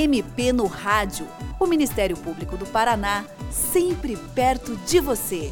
MP no Rádio. O Ministério Público do Paraná, sempre perto de você.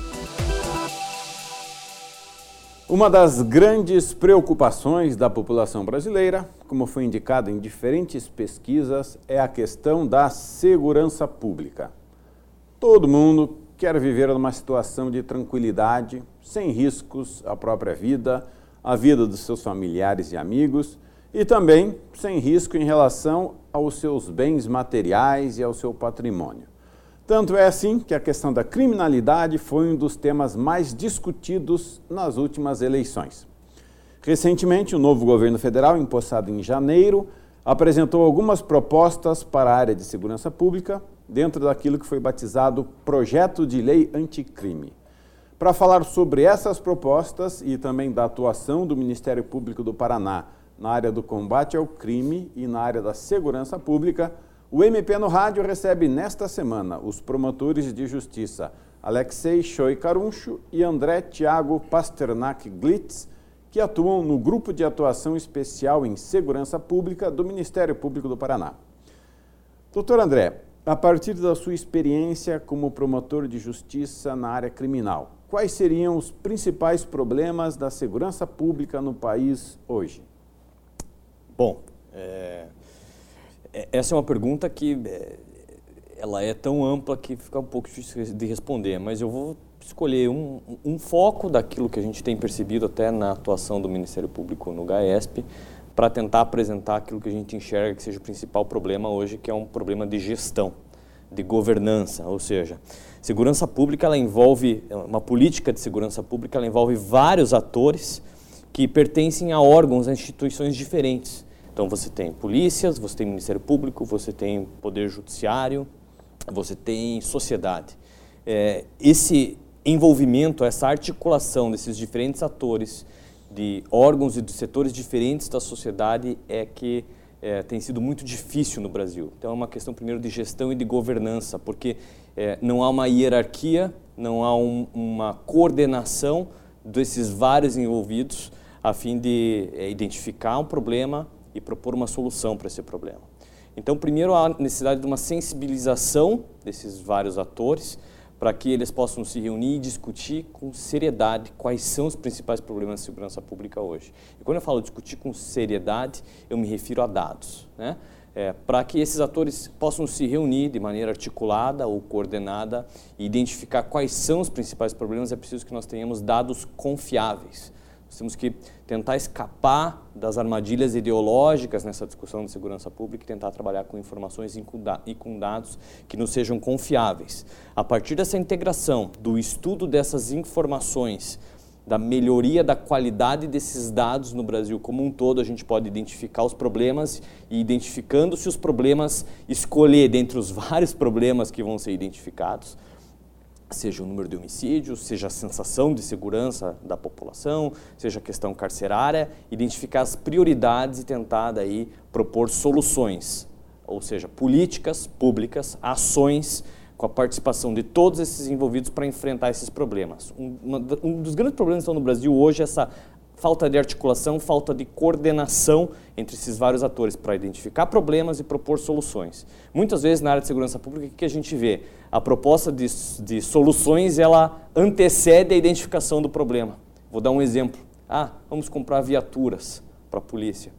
Uma das grandes preocupações da população brasileira, como foi indicado em diferentes pesquisas, é a questão da segurança pública. Todo mundo quer viver numa situação de tranquilidade, sem riscos à própria vida, à vida dos seus familiares e amigos, e também sem risco em relação aos seus bens materiais e ao seu patrimônio. Tanto é assim que a questão da criminalidade foi um dos temas mais discutidos nas últimas eleições. Recentemente, o novo governo federal, empossado em janeiro, apresentou algumas propostas para a área de segurança pública, dentro daquilo que foi batizado Projeto de Lei Anticrime. Para falar sobre essas propostas e também da atuação do Ministério Público do Paraná na área do combate ao crime e na área da segurança pública, o MP no Rádio recebe nesta semana os promotores de justiça Alexei Choi Caruncho e André Tiago Pasternak Glitz, que atuam no Grupo de Atuação Especial em Segurança Pública do Ministério Público do Paraná. Doutor André, a partir da sua experiência como promotor de justiça na área criminal, quais seriam os principais problemas da segurança pública no país hoje? Bom, essa é uma pergunta que ela é tão ampla que fica um pouco difícil de responder, mas eu vou escolher um foco daquilo que a gente tem percebido até na atuação do Ministério Público no GAESP, para tentar apresentar aquilo que a gente enxerga que seja o principal problema hoje, que é um problema de gestão, de governança, ou seja, segurança pública ela envolve, uma política de segurança pública ela envolve vários atores que pertencem a órgãos, a instituições diferentes. Então você tem polícias, você tem Ministério Público, você tem Poder Judiciário, você tem sociedade. Esse envolvimento, essa articulação desses diferentes atores, de órgãos e de setores diferentes da sociedade é que tem sido muito difícil no Brasil. Então é uma questão primeiro de gestão e de governança, porque não há uma hierarquia, não há uma coordenação desses vários envolvidos a fim de identificar um problema e propor uma solução para esse problema. Então, primeiro, há necessidade de uma sensibilização desses vários atores para que eles possam se reunir e discutir com seriedade quais são os principais problemas de segurança pública hoje. E quando eu falo discutir com seriedade, eu me refiro a dados, né? Para que esses atores possam se reunir de maneira articulada ou coordenada e identificar quais são os principais problemas, é preciso que nós tenhamos dados confiáveis. Nós temos que tentar escapar das armadilhas ideológicas nessa discussão de segurança pública e tentar trabalhar com informações e com dados que nos sejam confiáveis. A partir dessa integração, do estudo dessas informações, da melhoria da qualidade desses dados no Brasil como um todo, a gente pode identificar os problemas e, identificando-se os problemas, escolher dentre os vários problemas que vão ser identificados, seja o número de homicídios, seja a sensação de segurança da população, seja a questão carcerária, identificar as prioridades e tentar daí propor soluções, ou seja, políticas públicas, ações com a participação de todos esses envolvidos para enfrentar esses problemas. Um dos grandes problemas que estão no Brasil hoje é essa falta de articulação, falta de coordenação entre esses vários atores para identificar problemas e propor soluções. Muitas vezes na área de segurança pública, o que a gente vê? A proposta de soluções, ela antecede a identificação do problema. Vou dar um exemplo. Vamos comprar viaturas para a polícia.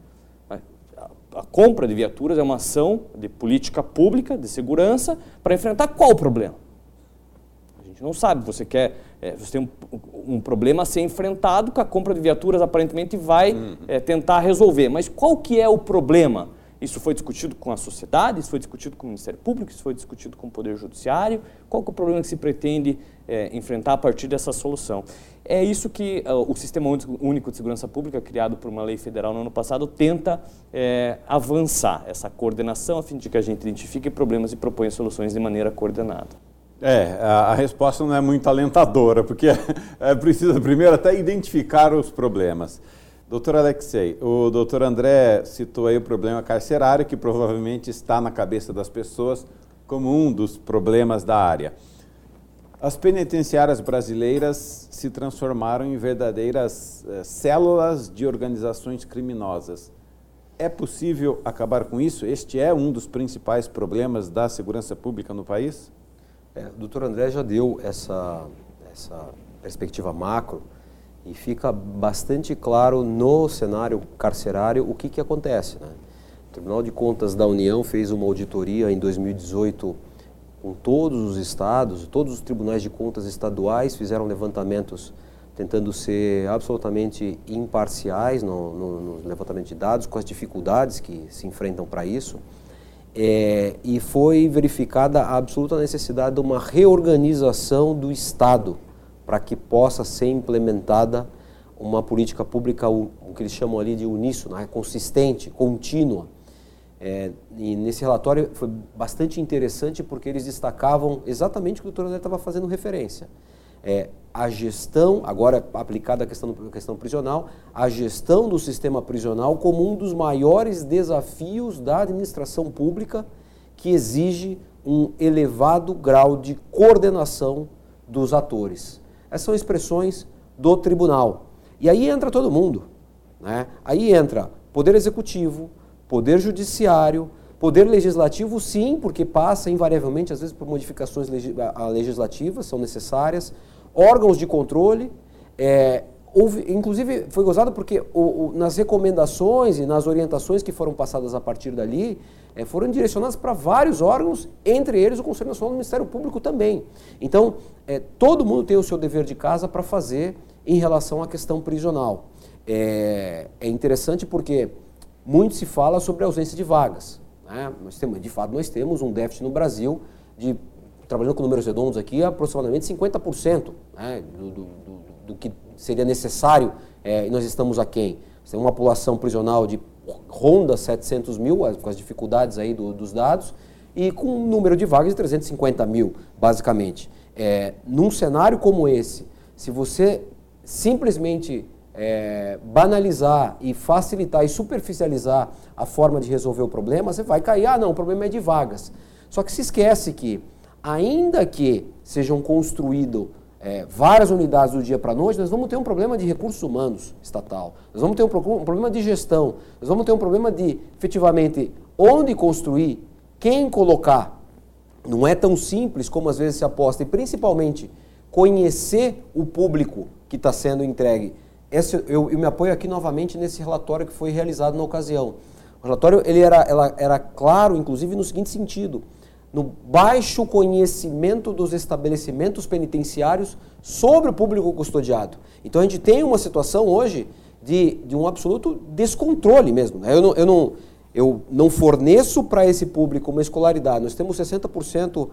A compra de viaturas é uma ação de política pública, de segurança, para enfrentar qual problema? A gente não sabe. Você tem um problema a ser enfrentado, que a compra de viaturas aparentemente vai tentar resolver. Mas qual que é o problema? Isso foi discutido com a sociedade, isso foi discutido com o Ministério Público, isso foi discutido com o Poder Judiciário. Qual que é o problema que se pretende enfrentar a partir dessa solução? É isso que o Sistema Único de Segurança Pública, criado por uma lei federal no ano passado, tenta avançar essa coordenação a fim de que a gente identifique problemas e proponha soluções de maneira coordenada. A resposta não é muito alentadora, porque é preciso primeiro até identificar os problemas. Doutor Alexei, o doutor André citou aí o problema carcerário, que provavelmente está na cabeça das pessoas como um dos problemas da área. As penitenciárias brasileiras se transformaram em verdadeiras células de organizações criminosas. é possível acabar com isso? Este é um dos principais problemas da segurança pública no país? O doutor André já deu essa perspectiva macro e fica bastante claro no cenário carcerário o que acontece, né? O Tribunal de Contas da União fez uma auditoria em 2018 com todos os estados, todos os tribunais de contas estaduais fizeram levantamentos tentando ser absolutamente imparciais no levantamento de dados, com as dificuldades que se enfrentam para isso. E foi verificada a absoluta necessidade de uma reorganização do Estado para que possa ser implementada uma política pública, o que eles chamam ali de uníssono, consistente, contínua. E nesse relatório foi bastante interessante porque eles destacavam exatamente o que o doutor André estava fazendo referência. A gestão, agora aplicada à questão prisional, a gestão do sistema prisional como um dos maiores desafios da administração pública que exige um elevado grau de coordenação dos atores. Essas são expressões do tribunal. E aí entra todo mundo, né? Aí entra Poder Executivo, Poder Judiciário, Poder Legislativo, sim, porque passa invariavelmente, às vezes, por modificações legislativas, são necessárias, órgãos de controle, inclusive foi gozado porque nas recomendações e nas orientações que foram passadas a partir dali, foram direcionadas para vários órgãos, entre eles o Conselho Nacional do Ministério Público também. Então, todo mundo tem o seu dever de casa para fazer em relação à questão prisional. É interessante porque muito se fala sobre a ausência de vagas, né? De fato, nós temos um déficit no Brasil trabalhando com números redondos aqui, aproximadamente 50%, né, do que seria necessário, e nós estamos aquém. Você tem uma população prisional de ronda 700 mil, com as dificuldades aí dos dados, e com um número de vagas de 350 mil, basicamente. Num cenário como esse, se você simplesmente banalizar e facilitar e superficializar a forma de resolver o problema, você vai cair, não, o problema é de vagas. Só que se esquece que, ainda que sejam construídas várias unidades do dia para a noite, nós vamos ter um problema de recursos humanos estatal, nós vamos ter um problema de gestão, nós vamos ter um problema de, efetivamente, onde construir, quem colocar. Não é tão simples como às vezes se aposta, e principalmente conhecer o público que está sendo entregue. Eu me apoio aqui novamente nesse relatório que foi realizado na ocasião. O relatório ele era claro, inclusive, no seguinte sentido: no baixo conhecimento dos estabelecimentos penitenciários sobre o público custodiado. Então a gente tem uma situação hoje de um absoluto descontrole mesmo, né? Eu não forneço para esse público uma escolaridade. Nós temos 60%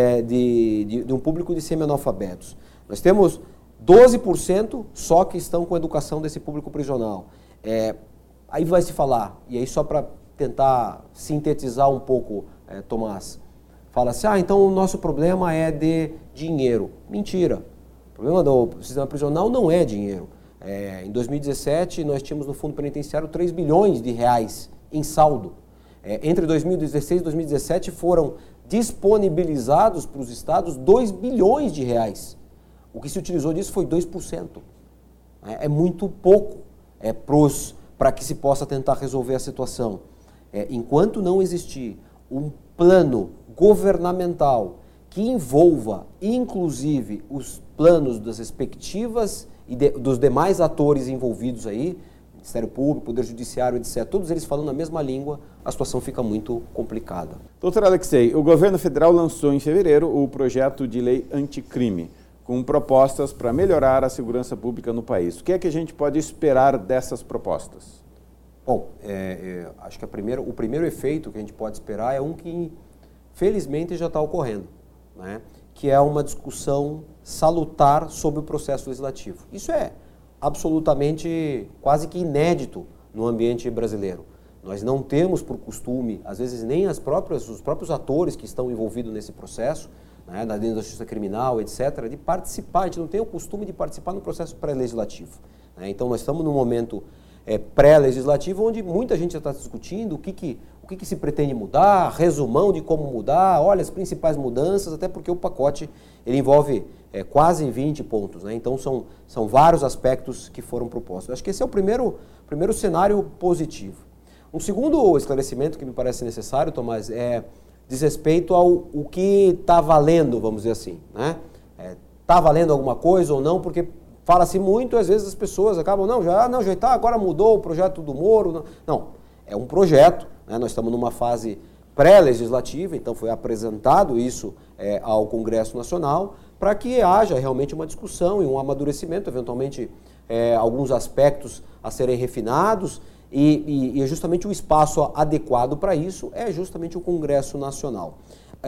de um público de semi-analfabetos. Nós temos 12% só que estão com a educação desse público prisional. Aí vai se falar, e aí só para tentar sintetizar um pouco, Tomás, fala-se, então o nosso problema é de dinheiro. Mentira. O problema do sistema prisional não é dinheiro. Em 2017, nós tínhamos no fundo penitenciário 3 bilhões de reais em saldo. Entre 2016 e 2017 foram disponibilizados para os estados 2 bilhões de reais. O que se utilizou disso foi 2%. É muito pouco para que se possa tentar resolver a situação. Enquanto não existir um plano governamental que envolva, inclusive, os planos das respectivas e dos demais atores envolvidos aí, Ministério Público, Poder Judiciário, etc., todos eles falando a mesma língua, a situação fica muito complicada. Doutor Alexei, o governo federal lançou em fevereiro o projeto de lei anticrime, com propostas para melhorar a segurança pública no país. O que é que a gente pode esperar dessas propostas? Bom, acho que o primeiro efeito que a gente pode esperar é um que, felizmente, já está ocorrendo, né? Que é uma discussão salutar sobre o processo legislativo. Isso é absolutamente quase que inédito no ambiente brasileiro. Nós não temos por costume, às vezes nem os próprios atores que estão envolvidos nesse processo, né, dentro da justiça criminal, etc., de participar. A gente não tem o costume de participar no processo pré-legislativo, né? Então nós estamos num momento pré-legislativo onde muita gente já está discutindo o que se pretende mudar, resumão de como mudar, olha as principais mudanças, até porque o pacote ele envolve quase 20 pontos, né? Então são vários aspectos que foram propostos. Acho que esse é o primeiro cenário positivo. Um segundo esclarecimento que me parece necessário, Tomás, diz respeito ao o que está valendo, vamos dizer assim, né? Está valendo alguma coisa ou não, porque fala-se muito, às vezes as pessoas acabam, já está, agora mudou o projeto do Moro. Não, é um projeto, né? Nós estamos numa fase pré-legislativa, então foi apresentado isso ao Congresso Nacional, para que haja realmente uma discussão e um amadurecimento, eventualmente alguns aspectos a serem refinados, e justamente o espaço adequado para isso é justamente o Congresso Nacional.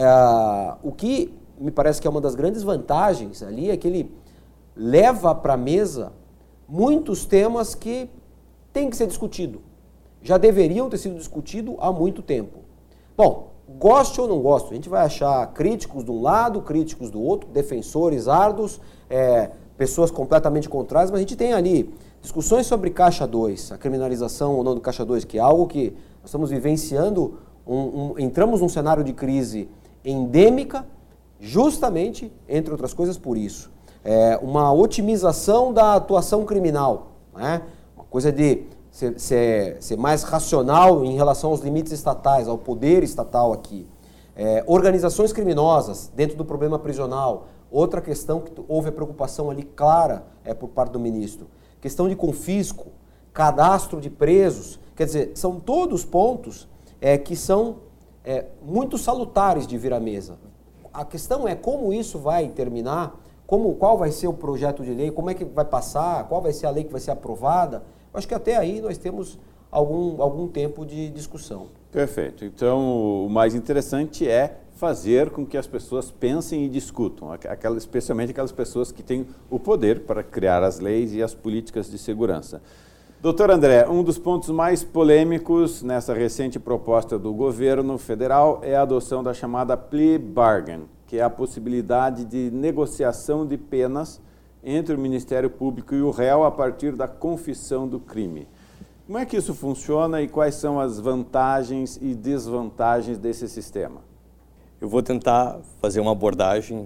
O que me parece que é uma das grandes vantagens ali é que ele leva para a mesa muitos temas que têm que ser discutidos. Já deveriam ter sido discutidos há muito tempo. Bom, goste ou não goste, a gente vai achar críticos de um lado, críticos do outro, defensores árduos, pessoas completamente contrárias, mas a gente tem ali discussões sobre Caixa 2, a criminalização ou não do Caixa 2, que é algo que nós estamos vivenciando, entramos num cenário de crise endêmica, justamente, entre outras coisas, por isso. Uma otimização da atuação criminal, né? Uma coisa de ser mais racional em relação aos limites estatais, ao poder estatal aqui. Organizações criminosas dentro do problema prisional, outra questão que houve a preocupação ali clara por parte do ministro. Questão de confisco, cadastro de presos, quer dizer, são todos pontos que são muito salutares de vir à mesa. A questão é como isso vai terminar, qual vai ser o projeto de lei, como é que vai passar, qual vai ser a lei que vai ser aprovada. Eu acho que até aí nós temos algum tempo de discussão. Perfeito. Então, o mais interessante é fazer com que as pessoas pensem e discutam, especialmente aquelas pessoas que têm o poder para criar as leis e as políticas de segurança. Doutor André, um dos pontos mais polêmicos nessa recente proposta do governo federal é a adoção da chamada plea bargain, que é a possibilidade de negociação de penas entre o Ministério Público e o réu a partir da confissão do crime. Como é que isso funciona e quais são as vantagens e desvantagens desse sistema? Eu vou tentar fazer uma abordagem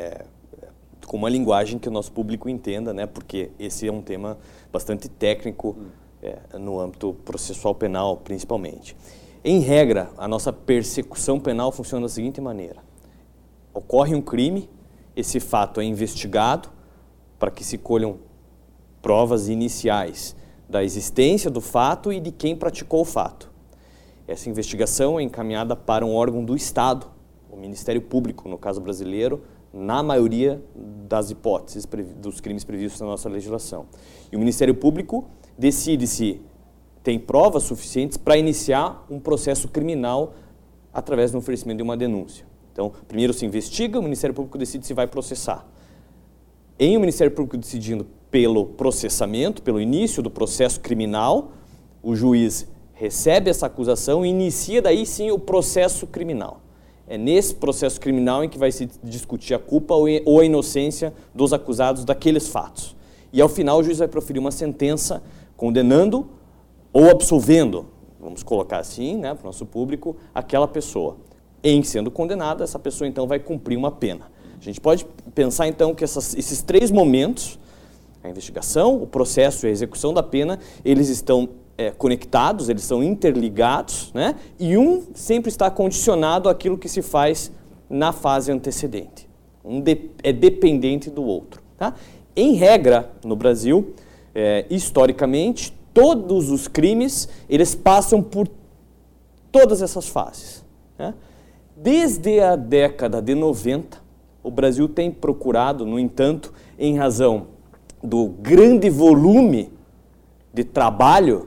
com uma linguagem que o nosso público entenda, né? Porque esse é um tema bastante técnico no âmbito processual penal, principalmente. Em regra, a nossa persecução penal funciona da seguinte maneira. Ocorre um crime, esse fato é investigado para que se colham provas iniciais da existência do fato e de quem praticou o fato. Essa investigação é encaminhada para um órgão do Estado, o Ministério Público, no caso brasileiro, na maioria das hipóteses dos crimes previstos na nossa legislação. E o Ministério Público decide se tem provas suficientes para iniciar um processo criminal através do oferecimento de uma denúncia. Então, primeiro se investiga, o Ministério Público decide se vai processar. Em o Ministério Público decidindo pelo processamento, pelo início do processo criminal, o juiz recebe essa acusação e inicia daí sim o processo criminal. É nesse processo criminal em que vai se discutir a culpa ou a inocência dos acusados daqueles fatos. E ao final o juiz vai proferir uma sentença condenando ou absolvendo, vamos colocar assim, né, para o nosso público, aquela pessoa. Em sendo condenada, essa pessoa então vai cumprir uma pena. A gente pode pensar então que esses três momentos, a investigação, o processo e a execução da pena, eles estão conectados, eles são interligados, né? E um sempre está condicionado àquilo que se faz na fase antecedente. É dependente do outro. Tá? Em regra, no Brasil, historicamente, todos os crimes eles passam por todas essas fases. Né? Desde a década de 90, o Brasil tem procurado, no entanto, em razão do grande volume de trabalho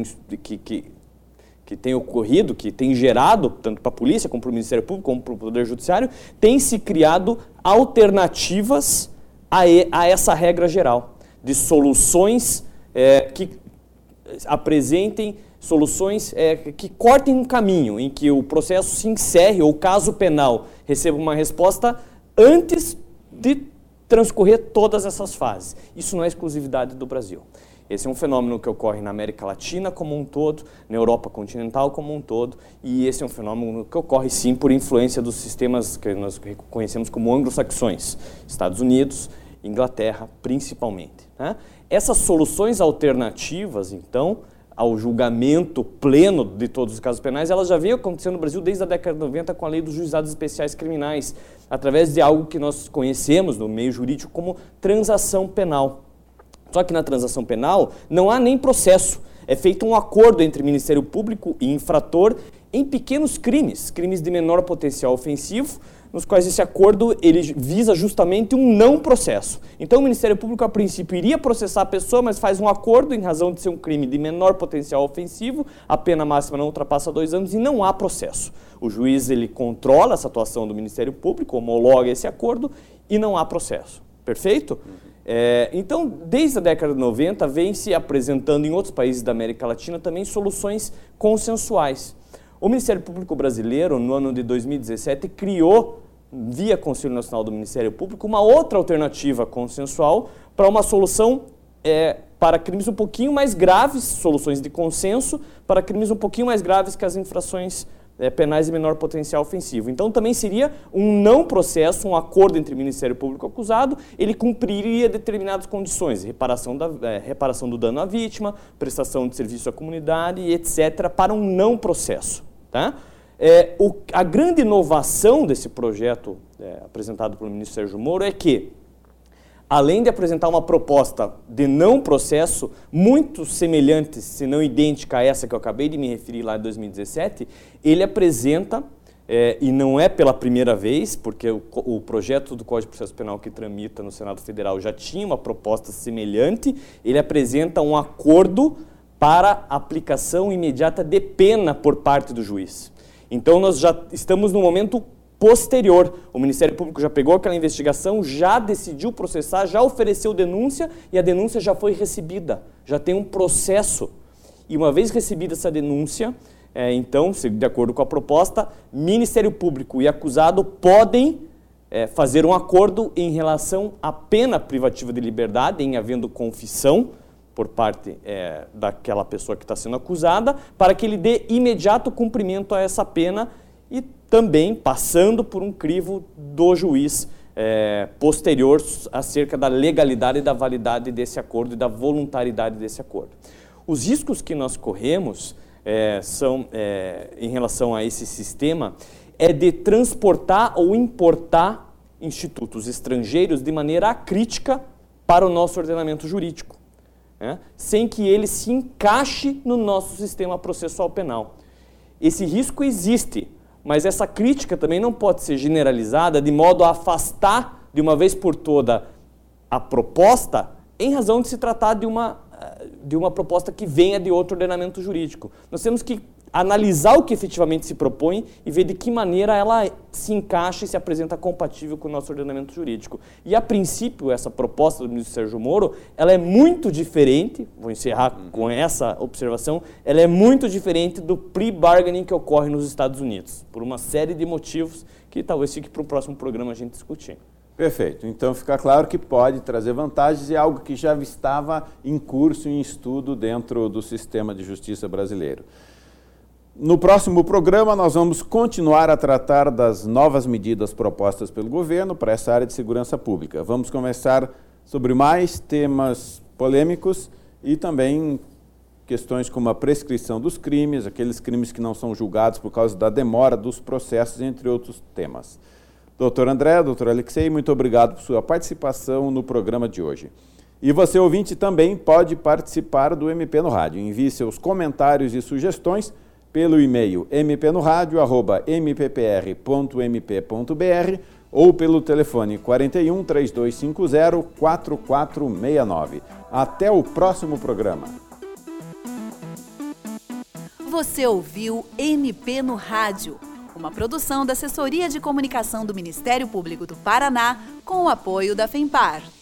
que tem ocorrido, que tem gerado, tanto para a polícia, como para o Ministério Público, como para o Poder Judiciário, tem se criado alternativas a essa regra geral, de soluções que apresentem soluções que cortem um caminho em que o processo se encerre ou o caso penal receba uma resposta antes de transcorrer todas essas fases. Isso não é exclusividade do Brasil. Esse é um fenômeno que ocorre na América Latina como um todo, na Europa continental como um todo, e esse é um fenômeno que ocorre sim por influência dos sistemas que nós conhecemos como anglo-saxões, Estados Unidos, Inglaterra principalmente. Né? Essas soluções alternativas, então, ao julgamento pleno de todos os casos penais, ela já veio acontecendo no Brasil desde a década de 90 com a lei dos juizados especiais criminais, através de algo que nós conhecemos no meio jurídico como transação penal. Só que na transação penal não há nem processo, é feito um acordo entre Ministério Público e infrator em pequenos crimes, crimes de menor potencial ofensivo, nos quais esse acordo ele visa justamente um não processo. Então o Ministério Público, a princípio, iria processar a pessoa, mas faz um acordo em razão de ser um crime de menor potencial ofensivo, a pena máxima não ultrapassa 2 anos e não há processo. O juiz ele controla essa atuação do Ministério Público, homologa esse acordo e não há processo. Perfeito? Então, desde a década de 90, vem se apresentando em outros países da América Latina também soluções consensuais. O Ministério Público Brasileiro, no ano de 2017, criou, via Conselho Nacional do Ministério Público, uma outra alternativa consensual para uma solução para crimes um pouquinho mais graves, soluções de consenso, para crimes um pouquinho mais graves que as infrações penais de menor potencial ofensivo. Então, também seria um não processo, um acordo entre o Ministério Público e o acusado, ele cumpriria determinadas condições, reparação do dano à vítima, prestação de serviço à comunidade, etc., para um não processo. Tá? A grande inovação desse projeto apresentado pelo ministro Sérgio Moro é que, além de apresentar uma proposta de não processo muito semelhante, se não idêntica a essa que eu acabei de me referir lá em 2017, ele apresenta, e não é pela primeira vez, porque o projeto do Código de Processo Penal que tramita no Senado Federal já tinha uma proposta semelhante, ele apresenta um acordo para aplicação imediata de pena por parte do juiz. Então, nós já estamos no momento posterior. O Ministério Público já pegou aquela investigação, já decidiu processar, já ofereceu denúncia e a denúncia já foi recebida. Já tem um processo. E uma vez recebida essa denúncia, então, de acordo com a proposta, Ministério Público e acusado podem fazer um acordo em relação à pena privativa de liberdade, em havendo confissão por parte daquela pessoa que está sendo acusada, para que ele dê imediato cumprimento a essa pena e também passando por um crivo do juiz posterior acerca da legalidade e da validade desse acordo e da voluntariedade desse acordo. Os riscos que nós corremos são, em relação a esse sistema, de transportar ou importar institutos estrangeiros de maneira acrítica para o nosso ordenamento jurídico, sem que ele se encaixe no nosso sistema processual penal. Esse risco existe, mas essa crítica também não pode ser generalizada de modo a afastar de uma vez por toda a proposta, em razão de se tratar de uma proposta que venha de outro ordenamento jurídico. Nós temos que analisar o que efetivamente se propõe e ver de que maneira ela se encaixa e se apresenta compatível com o nosso ordenamento jurídico. E, a princípio, essa proposta do ministro Sérgio Moro, ela é muito diferente, vou encerrar com essa observação, ela é muito diferente do plea bargaining que ocorre nos Estados Unidos, por uma série de motivos que talvez fique para o próximo programa a gente discutir. Perfeito. Então fica claro que pode trazer vantagens e algo que já estava em curso, em estudo dentro do sistema de justiça brasileiro. No próximo programa, nós vamos continuar a tratar das novas medidas propostas pelo governo para essa área de segurança pública. Vamos conversar sobre mais temas polêmicos e também questões como a prescrição dos crimes, aqueles crimes que não são julgados por causa da demora dos processos, entre outros temas. Doutor André, doutor Alexei, muito obrigado por sua participação no programa de hoje. E você, ouvinte, também pode participar do MP no Rádio. Envie seus comentários e sugestões pelo e-mail mpnoradio@mppr.mp.br ou pelo telefone 41 3250 4469. Até o próximo programa. Você ouviu MP no Rádio, uma produção da Assessoria de Comunicação do Ministério Público do Paraná com o apoio da FEMPAR.